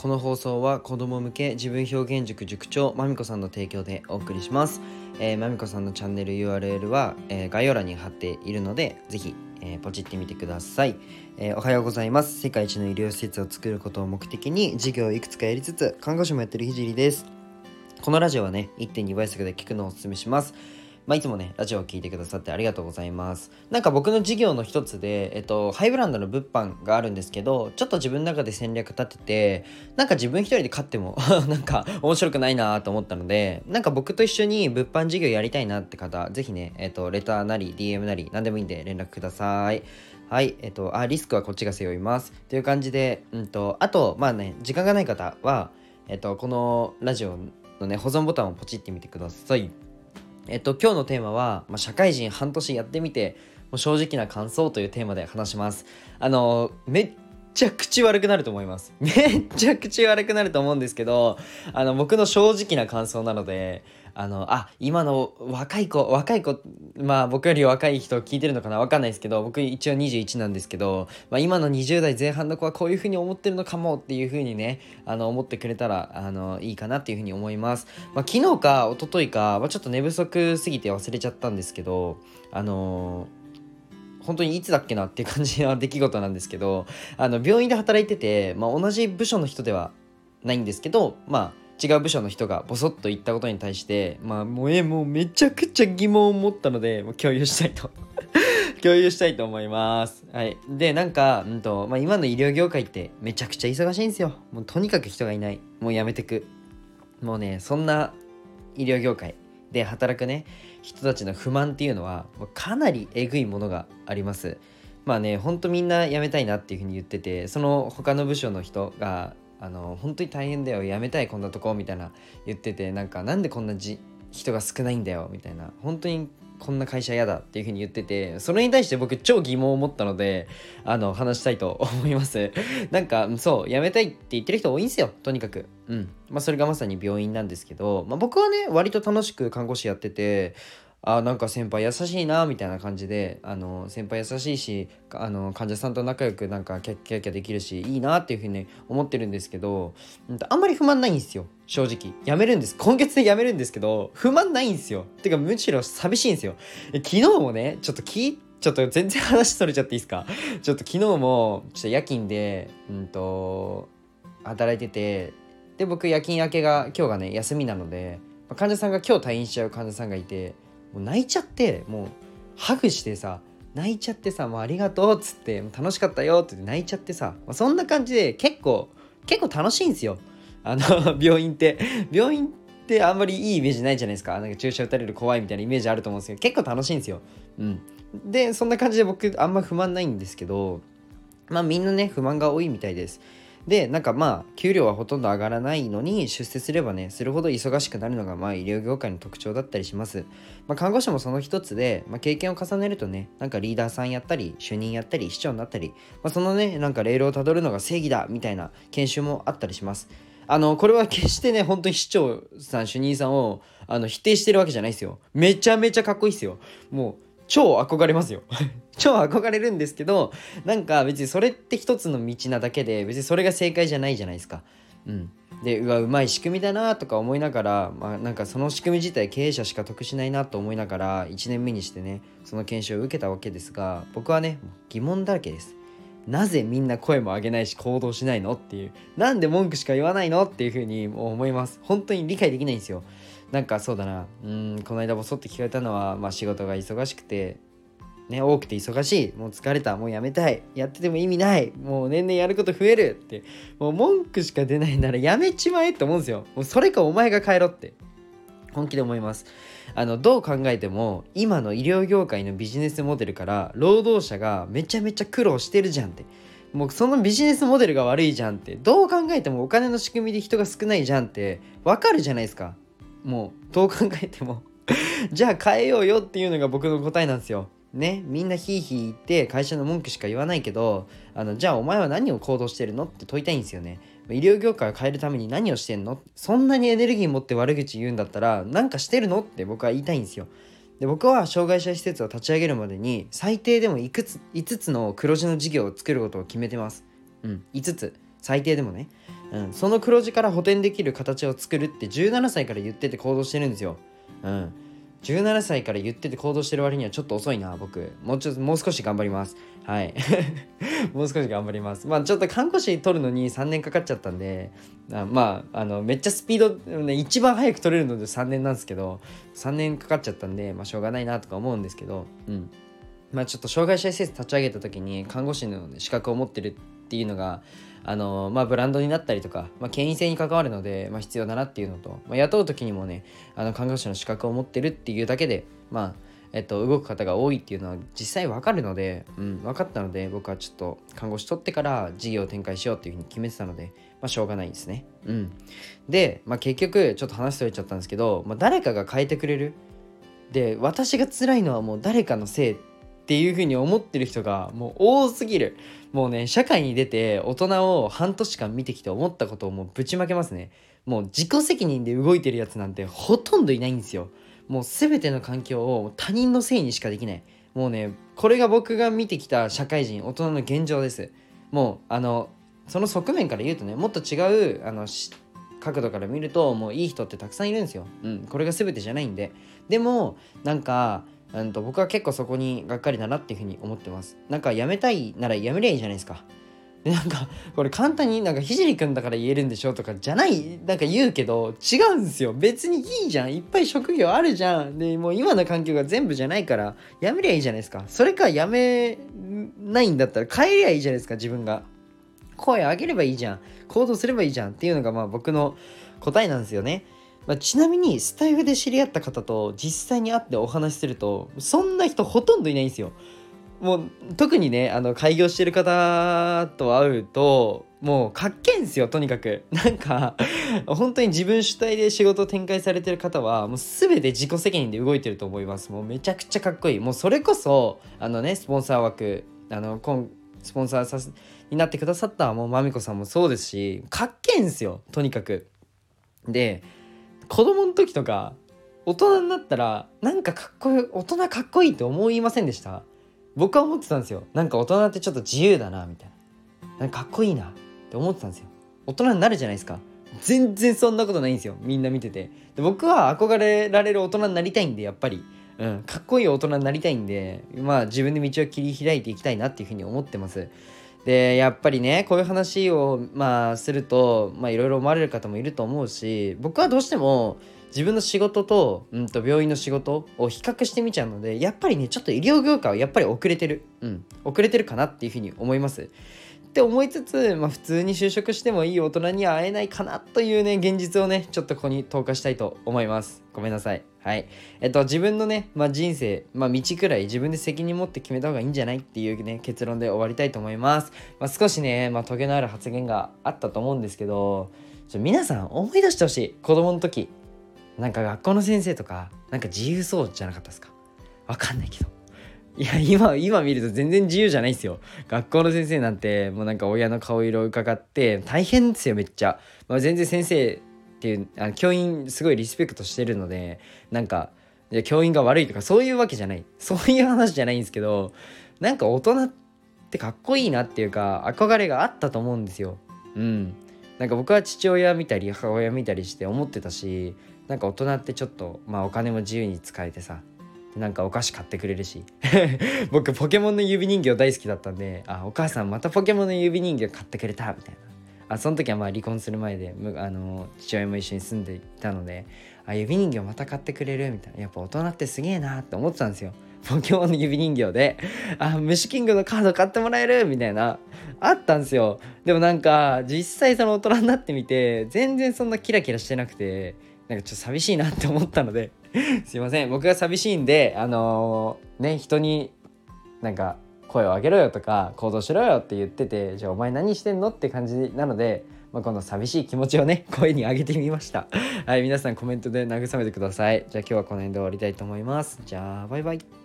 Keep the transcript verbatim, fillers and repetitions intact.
この放送は子供向け自分表現塾塾長まみこさんの提供でお送りします。えー、まみこさんのチャンネル ユーアールエル は、えー、概要欄に貼っているのでぜひ、えー、ポチってみてください。えー、おはようございます。世界一の医療施設を作ることを目的に授業をいくつかやりつつ看護師もやってるひじりです。このラジオはね いってんに 倍速で聞くのをおすすめします。まあ、いつもねラジオを聞いてくださってありがとうございます。なんか僕の事業の一つで、えっと、ハイブランドの物販があるんですけど、ちょっと自分の中で戦略立てて、なんか自分一人で買ってもなんか面白くないなと思ったので、なんか僕と一緒に物販事業やりたいなって方、ぜひね、えっと、レターなり ディーエム なり何でもいいんで連絡ください。はい、えっと、あ、リスクはこっちが背負いますという感じで、うんと、あと、まあね、時間がない方は、えっと、このラジオのね、保存ボタンをポチってみてください。えっと、今日のテーマは、まあ、社会人半年やってみてもう正直な感想というテーマで話します。あのめっちゃ口悪くなると思います。めっちゃ口悪くなると思うんですけど、あの僕の正直な感想なので、あのあ今の若い子若い子まあ僕より若い人聞いてるのかな、わかんないですけど、僕一応にじゅういちなんですけど、まあ、今のにじゅう代前半の子はこういう風に思ってるのかもっていう風にね、あの思ってくれたらあのいいかなっていう風に思います。まあ、昨日か一昨日か、まあ、ちょっと寝不足すぎて忘れちゃったんですけど、あのー本当にいつだっけなっていう感じの出来事なんですけど、あの病院で働いてて、まあ、同じ部署の人ではないんですけど、まあ違う部署の人がボソッと言ったことに対して、まあもうえもうめちゃくちゃ疑問を持ったので、もう共有したいと共有したいと思います。はい。でなんか、うんとまあ、今の医療業界ってめちゃくちゃ忙しいんですよ。もうとにかく人がいない。もうやめてく。もうね、そんな医療業界で働くね人たちの不満っていうのはかなりえぐいものがあります。まあね、ほんとみんな辞めたいなっていう風に言ってて、その他の部署の人があの本当に大変だよ、辞めたいこんなとこみたいな言ってて、なんかなんでこんなじ人が少ないんだよみたいな、本当にこんな会社嫌だっていう風に言ってて、それに対して僕超疑問を持ったので、あの話したいと思います。なんかそう辞めたいって言ってる人多いんですよ、とにかく。うんまあそれがまさに病院なんですけど、まあ、僕はね割と楽しく看護師やってて、あなんか先輩優しいなみたいな感じで、あの先輩優しいし、あの患者さんと仲良くなんかキャッキャッキャできるしいいなっていうふうに思ってるんですけど、あんまり不満ないんですよ。正直辞めるんです、今月で辞めるんですけど不満ないんですよ。てかむしろ寂しいんですよ。昨日もねちょっと聞ちょっと全然話それちゃっていいですか。ちょっと昨日もちょっと夜勤でうんと働いてて、で僕夜勤明けが今日がね休みなので、患者さんが今日退院しちゃう患者さんがいて、もう泣いちゃって、もうハグしてさ泣いちゃってさ、もうありがとうっつって、楽しかったよって言って泣いちゃってさ、まあ、そんな感じで結構結構楽しいんですよ。あの病院って病院ってあんまりいいイメージないじゃないですか。なんか注射打たれる怖いみたいなイメージあると思うんですけど、結構楽しいんですよ。うんでそんな感じで僕あんま不満ないんですけど、まあみんなね不満が多いみたいです。でなんかまあ給料はほとんど上がらないのに、出世すればねするほど忙しくなるのがまあ医療業界の特徴だったりします。まあ、看護師もその一つで、まあ、経験を重ねるとね、なんかリーダーさんやったり主任やったり市長になったり、まあ、そのねなんかレールをたどるのが正義だみたいな研修もあったりします。あのこれは決してね本当に市長さん主任さんをあの否定してるわけじゃないですよ。めちゃめちゃかっこいいですよ。もう超憧れますよ超憧れるんですけど、なんか別にそれって一つの道なだけで、別にそれが正解じゃないじゃないですか。うんでうわうまい仕組みだなとか思いながら、まあなんかその仕組み自体経営者しか得しないなと思いながらいちねんめにしてねその研修を受けたわけですが、僕はね疑問だらけです。なぜみんな声も上げないし行動しないのっていう、なんで文句しか言わないのっていう風に思います。本当に理解できないんですよ。なんかそうだな、うーんこの間ボソって聞かれたのは、まあ仕事が忙しくてね、多くて忙しい、もう疲れた、もうやめたい、やってても意味ない、もう年々やること増えるって、もう文句しか出ないならやめちまえって思うんですよ。もうそれかお前が帰ろって本気で思います。あのどう考えても今の医療業界のビジネスモデルから労働者がめちゃめちゃ苦労してるじゃんって、もうそのビジネスモデルが悪いじゃんって、どう考えてもお金の仕組みで人が少ないじゃんってわかるじゃないですか。もうどう考えてもじゃあ変えようよっていうのが僕の答えなんですよね。みんなヒーヒー言って会社の文句しか言わないけど、あのじゃあお前は何を行動してるのって問いたいんですよね。医療業界を変えるために何をしてんの、そんなにエネルギー持って悪口言うんだったら何かしてるのって僕は言いたいんですよ。で僕は障害者施設を立ち上げるまでに最低でもいくついつつの黒字の事業を作ることを決めてます。うんいつつ最低でもね、うん、その黒字から補填できる形を作るってじゅうななさいから言ってて行動してるんですよ。うんじゅうななさいから言ってて行動してる割にはちょっと遅いな僕。もうちょっともう少し頑張ります。はいもう少し頑張ります。まあちょっと看護師取るのにさんねんかかっちゃったんで、あまああのめっちゃスピード、ね、一番早く取れるのでさんねんなんですけど、さんねんかかっちゃったんで、まあしょうがないなとか思うんですけど、うんまあちょっと障害者施設立ち上げた時に看護師の資格を持ってるっていうのがあのまあブランドになったりとか、まあ、権威性に関わるので、まあ、必要だなっていうのと、まあ、雇う時にもねあの看護師の資格を持ってるっていうだけでまあえっと動く方が多いっていうのは実際分かるので、うん、分かったので僕はちょっと看護師取ってから事業を展開しようっていうふうに決めてたので、まあ、しょうがないですね。うん、で、まあ、結局ちょっと話それちゃったんですけど、まあ、誰かが変えてくれるで私が辛いのはもう誰かのせいっていう風に思ってる人がもう多すぎる。もうね社会に出て大人を半年間見てきて思ったことをもうぶちまけますね。もう自己責任で動いてるやつなんてほとんどいないんですよ。もう全ての環境を他人のせいにしかできない。もうねこれが僕が見てきた社会人大人の現状です。もうあのその側面から言うとねもっと違うあの角度から見るともういい人ってたくさんいるんですよ。うんこれが全てじゃないんで。でもなんかうんと僕は結構そこにがっかりだなっていうふうに思ってます。なんかやめたいならやめりゃいいじゃないですか。でなんかこれ簡単になんかひじりくんだから言えるんでしょとかじゃないなんか言うけど違うんですよ。別にいいじゃん、いっぱい職業あるじゃん。でもう今の環境が全部じゃないからやめりゃいいじゃないですか。それかやめないんだったら変えりゃいいじゃないですか。自分が声上げればいいじゃん、行動すればいいじゃんっていうのがまあ僕の答えなんですよね。まあ、ちなみにスタイフで知り合った方と実際に会ってお話しするとそんな人ほとんどいないんですよ。もう特にねあの開業してる方と会うともうかっけんすよ。とにかくなんか本当に自分主体で仕事を展開されてる方はもう全て自己責任で動いてると思います。もうめちゃくちゃかっこいい。もうそれこそあのねスポンサー枠あの今スポンサーさになってくださったもうまみこさんもそうですしかっけんすよ。とにかくで子供の時とか大人になったらなんかかっこいい大人かっこいいって思いませんでした？僕は思ってたんですよ。なんか大人ってちょっと自由だなみたいな、なんかかっこいいなって思ってたんですよ。大人になるじゃないですか。全然そんなことないんですよ。みんな見ててで僕は憧れられる大人になりたいんでやっぱり、うん、かっこいい大人になりたいんでまあ自分で道を切り開いていきたいなっていうふうに思ってます。でやっぱりねこういう話をまあするとまあいろいろ思われる方もいると思うし僕はどうしても自分の仕事と、うん、と病院の仕事を比較してみちゃうのでやっぱりねちょっと医療業界はやっぱり遅れてる、うん、遅れてるかなっていうふうに思いますって思いつつ、まあ、普通に就職してもいい大人には会えないかなというね現実をねちょっとここに投下したいと思います。ごめんなさい。はいえっと自分のね、まあ、人生、まあ、道くらい自分で責任持って決めた方がいいんじゃないっていうね結論で終わりたいと思います。まあ、少しね、まあ、トゲのある発言があったと思うんですけどちょ皆さん思い出してほしい。子供の時なんか学校の先生とかなんか自由そうじゃなかったですか？わかんないけどいや今今見ると全然自由じゃないですよ。学校の先生なんてもうなんか親の顔色を伺って大変ですよめっちゃ、まあ、全然先生っていうあの教員すごいリスペクトしてるのでなんかいや教員が悪いとかそういうわけじゃないそういう話じゃないんですけどなんか大人ってかっこいいなっていうか憧れがあったと思うんですよ。うんなんか僕は父親見たり母親見たりして思ってたしなんか大人ってちょっとまあお金も自由に使えてさなんかお菓子買ってくれるし僕ポケモンの指人形大好きだったんであお母さんまたポケモンの指人形買ってくれたみたいなあその時はまあ離婚する前であの父親も一緒に住んでいたのであ指人形また買ってくれるみたいなやっぱ大人ってすげえなって思ってたんですよ。ポケモンの指人形であ虫キングのカード買ってもらえるみたいなあったんですよ。でもなんか実際その大人になってみて全然そんなキラキラしてなくてなんかちょっと寂しいなって思ったのですいません僕が寂しいんであのー、ね人になんか声を上げろよとか行動しろよって言っててじゃあお前何してんのって感じなので、まあ、この寂しい気持ちをね声に上げてみましたはい皆さんコメントで慰めてください。じゃあ今日はこの辺で終わりたいと思います。じゃあバイバイ。